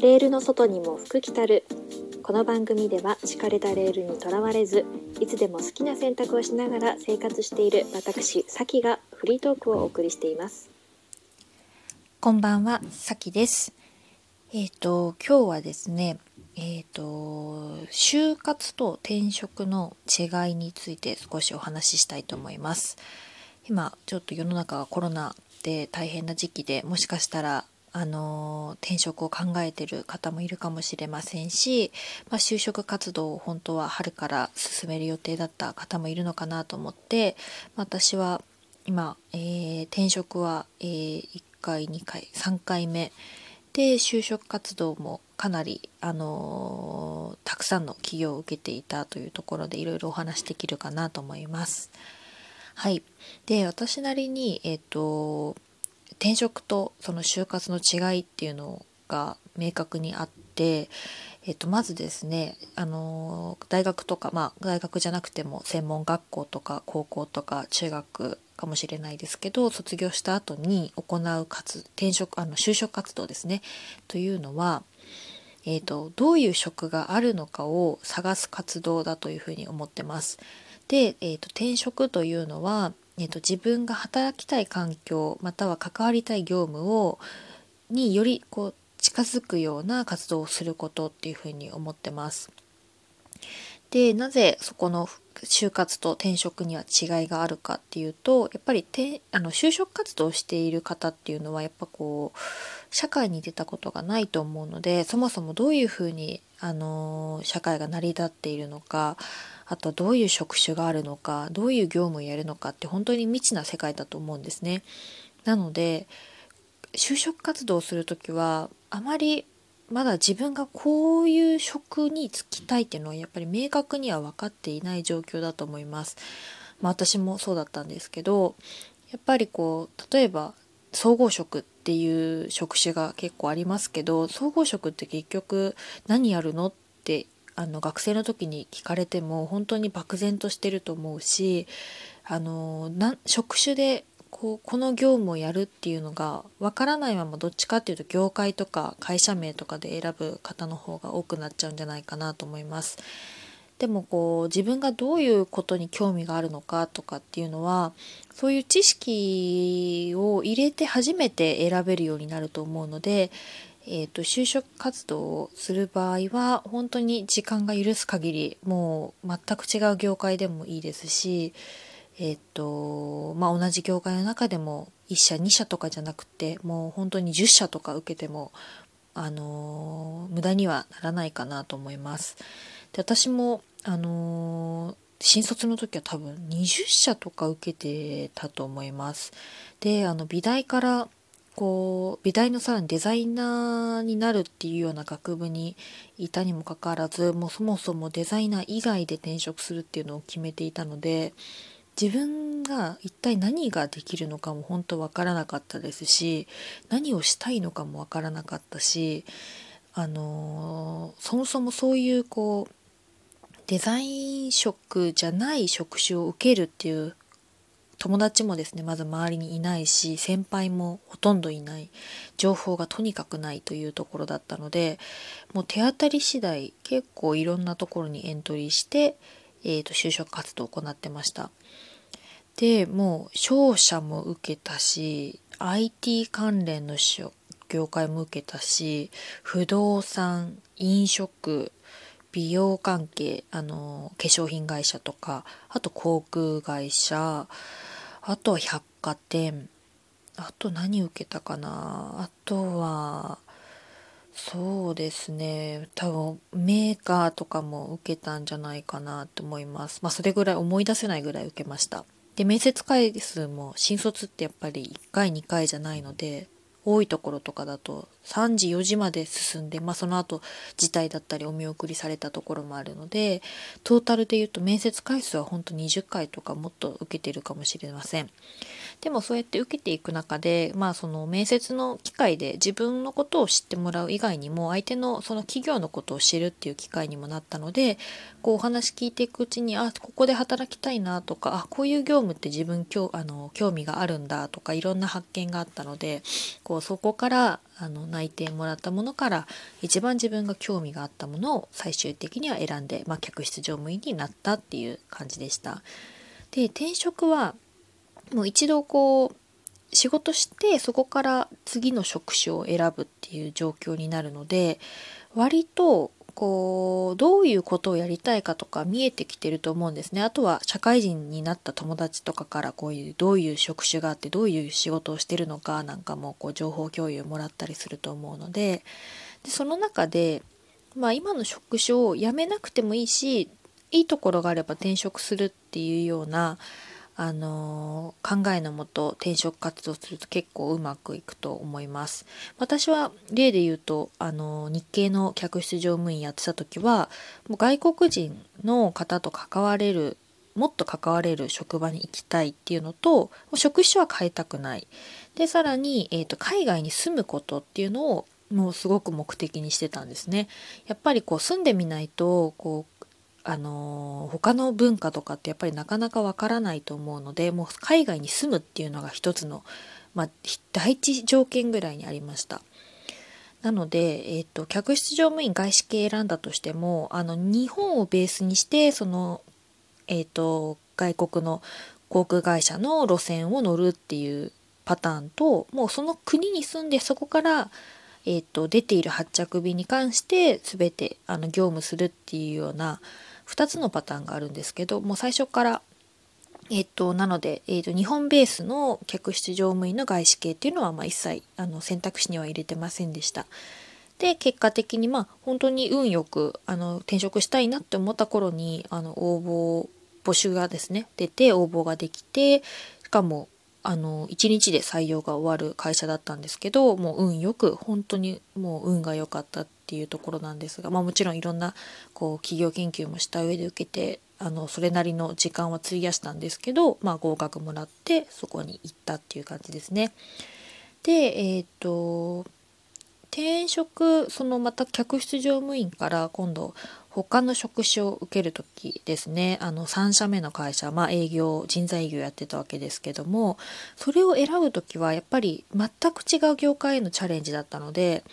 レールの外にも福来たる。この番組では敷かれたレールにとらわれず、いつでも好きな選択をしながら生活している私さきがフリートークをお送りしています。 こんばんは、さきです。今日はですね、就活と転職の違いについて少しお話ししたいと思います。今ちょっと世の中がコロナで大変な時期で、もしかしたら転職を考えている方もいるかもしれませんし、就職活動を本当は春から進める予定だった方もいるのかなと思って、私は今、転職は、1回2回3回目で、就職活動もかなり、たくさんの企業を受けていたというところで、いろいろお話できるかなと思います。はい。で、私なりに、転職とその就活の違いっていうのが明確にあって、まずですね、大学とか、大学じゃなくても専門学校とか高校とか中学かもしれないですけど、卒業した後に行う就職活動ですねというのは、どういう職があるのかを探す活動だというふうに思ってます。で、転職というのは、自分が働きたい環境または関わりたい業務により近づくような活動をすることっていうふうに思ってます。で、なぜそこの就活と転職には違いがあるかっていうと、やっぱり就職活動をしている方っていうのはやっぱ社会に出たことがないと思うので、そもそもどういうふうに社会が成り立っているのか、あとどういう職種があるのか、どういう業務をやるのかって本当に未知な世界だと思うんですね。なので就職活動をするときはあまりまだ自分がこういう職に就きたいっていうのはやっぱり明確には分かっていない状況だと思います。私もそうだったんですけど、やっぱり例えば総合職っていう職種が結構ありますけど、総合職って結局何やるのって学生の時に聞かれても本当に漠然としてると思うし、職種でこの業務をやるっていうのがわからないまま、どっちかっていうと業界とか会社名とかで選ぶ方の方が多くなっちゃうんじゃないかなと思います。でも自分がどういうことに興味があるのかとかっていうのは、そういう知識を入れて初めて選べるようになると思うので、就職活動をする場合は本当に時間が許す限り、もう全く違う業界でもいいですし、同じ業界の中でも1社2社とかじゃなくて、もう本当に10社とか受けても無駄にはならないかなと思います。で、私も新卒の時は多分20社とか受けてたと思います。で、美大から美大のさらにデザイナーになるっていうような学部にいたにもかかわらず、もうそもそもデザイナー以外で転職するっていうのを決めていたので、自分が一体何ができるのかも本当わからなかったですし、何をしたいのかもわからなかったし、そもそもそういうデザイン職じゃない職種を受けるっていう友達もですね、まず周りにいないし、先輩もほとんどいない、情報がとにかくないというところだったので、もう手当たり次第結構いろんなところにエントリーして、就職活動を行ってました。で、もう商社も受けたし、IT 関連の業界も受けたし、不動産、飲食、美容関係、化粧品会社とか、あと航空会社、あとは百貨店、あと何受けたかな、あとは、そうですね、多分メーカーとかも受けたんじゃないかなと思います。それぐらい思い出せないぐらい受けました。で、面接回数も新卒ってやっぱり1回2回じゃないので、多いところとかだと3時4時まで進んで、その後辞退だったりお見送りされたところもあるので、トータルで言うと面接回数は本当20回とかもっと受けてるかもしれません。でもそうやって受けていく中で、その面接の機会で自分のことを知ってもらう以外にも、相手のその企業のことを知るっていう機会にもなったので、お話聞いていくうちに、ここで働きたいなとか、こういう業務って自分興味があるんだとか、いろんな発見があったので、 そこから内定もらったものから一番自分が興味があったものを最終的には選んで、客室乗務員になったっていう感じでした。で、転職はもう一度仕事してそこから次の職種を選ぶっていう状況になるので、割とどういうことをやりたいかとか見えてきてると思うんですね。あとは社会人になった友達とかからどういう職種があってどういう仕事をしてるのかなんかも情報共有もらったりすると思うので、その中で、今の職種を辞めなくてもいいし、いいところがあれば転職するっていうような考えのもと転職活動すると結構うまくいくと思います。私は例で言うと日系の客室乗務員やってた時はもう外国人の方ともっと関われる職場に行きたいっていうのと、もう職種は変えたくない。で、さらに、海外に住むことっていうのをもうすごく目的にしてたんですね。やっぱり住んでみないと他の文化とかってやっぱりなかなかわからないと思うので、もう海外に住むっていうのが一つの、第一条件ぐらいにありました。なので、客室乗務員外資系選んだとしても日本をベースにして外国の航空会社の路線を乗るっていうパターンと、もうその国に住んでそこから出ている発着便に関して全て業務するっていうような2つのパターンがあるんですけど、もう最初からなので、日本ベースの客室乗務員の外資系っていうのは一切選択肢には入れてませんでした。で、結果的に本当に運よく転職したいなって思った頃に募集がですね出て応募ができて、しかも1日で採用が終わる会社だったんですけど、もう運よく本当にもう運が良かったっていうところなんですが、もちろんいろんな企業研究もした上で受けてそれなりの時間は費やしたんですけど、合格もらってそこに行ったっていう感じですね。で、転職また客室乗務員から今度他の職種を受ける時ですね、3社目の会社、人材営業やってたわけですけども、それを選ぶ時はやっぱり全く違う業界へのチャレンジだったので、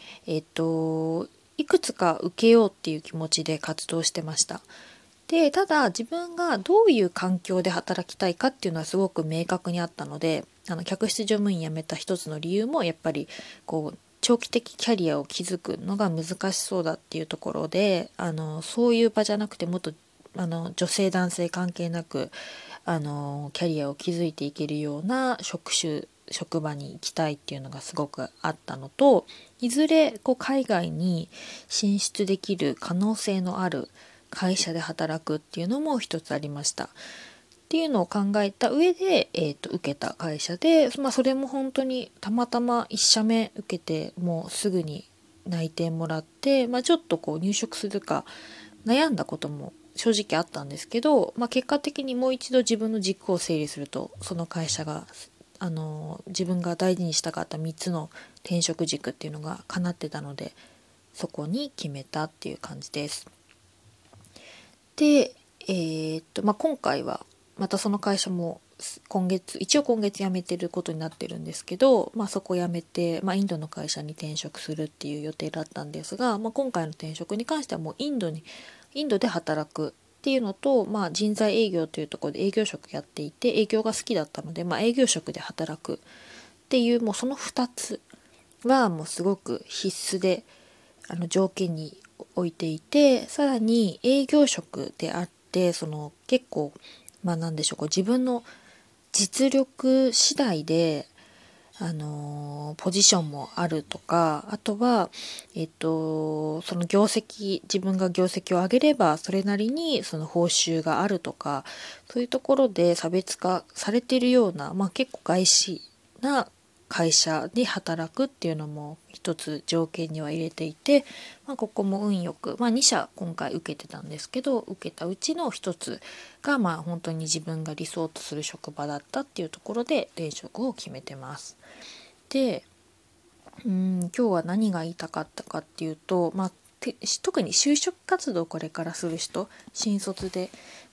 いくつか受けようっていう気持ちで活動してました。で、ただ自分がどういう環境で働きたいかっていうのはすごく明確にあったので、客室乗務員辞めた一つの理由もやっぱり長期的キャリアを築くのが難しそうだっていうところで、そういう場じゃなくてもっと女性男性関係なくキャリアを築いていけるような職場に行きたいっていうのがすごくあったのと、いずれ海外に進出できる可能性のある会社で働くっていうのも一つありました。っていうのを考えた上で、受けた会社で、それも本当にたまたま1社目受けてもうすぐに内定もらって、ちょっと入職するか悩んだことも正直あったんですけど、結果的にもう一度自分の軸を整理すると、その会社が自分が大事にしたかった3つの転職軸っていうのが叶ってたので、そこに決めたっていう感じです。で、今回はまたその会社も一応今月辞めてることになってるんですけど、そこ辞めて、インドの会社に転職するっていう予定だったんですが、今回の転職に関してはもうインドで働くっていうのと、人材営業というところで営業職やっていて、営業が好きだったので、営業職で働くっていう、もうその2つはもうすごく必須で条件に置いていて、さらに営業職であって、結構なんでしょう、自分の実力次第でポジションもあるとか、あとはその自分が業績を上げればそれなりにその報酬があるとか、そういうところで差別化されているような、結構外資な会社で働くっていうのも一つ条件には入れていて、ここも運よく、2社今回受けてたんですけど、受けたうちの一つが本当に自分が理想とする職場だったっていうところで転職を決めてます。で、今日は何が言いたかったかっていうと、特に就職活動をこれからする人、新卒で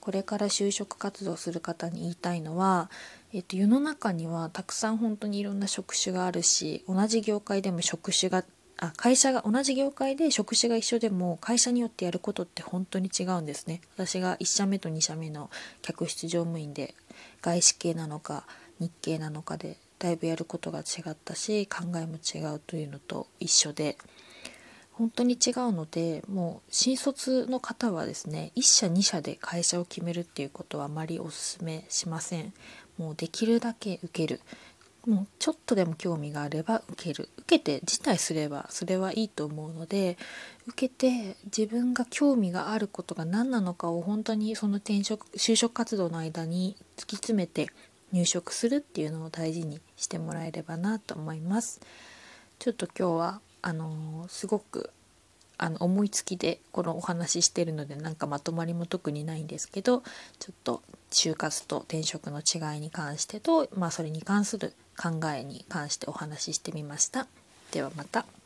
これから就職活動する方に言いたいのは、世の中にはたくさん本当にいろんな職種があるし、同じ業界でも会社が同じ業界で職種が一緒でも会社によってやることって本当に違うんですね。私が1社目と2社目の客室乗務員で外資系なのか日系なのかでだいぶやることが違ったし、考えも違うというのと一緒で本当に違うので、もう新卒の方はですね、1社2社で会社を決めるっていうことはあまりお勧めしません。もうできるだけ受ける。もうちょっとでも興味があれば受ける。受けて辞退すればそれはいいと思うので、受けて自分が興味があることが何なのかを本当にその就職活動の間に突き詰めて入職するっていうのを大事にしてもらえればなと思います。ちょっと今日はすごく思いつきでこのお話ししてるのでなんかまとまりも特にないんですけど、ちょっと就活と転職の違いに関してと、それに関する考えに関してお話ししてみました。ではまた。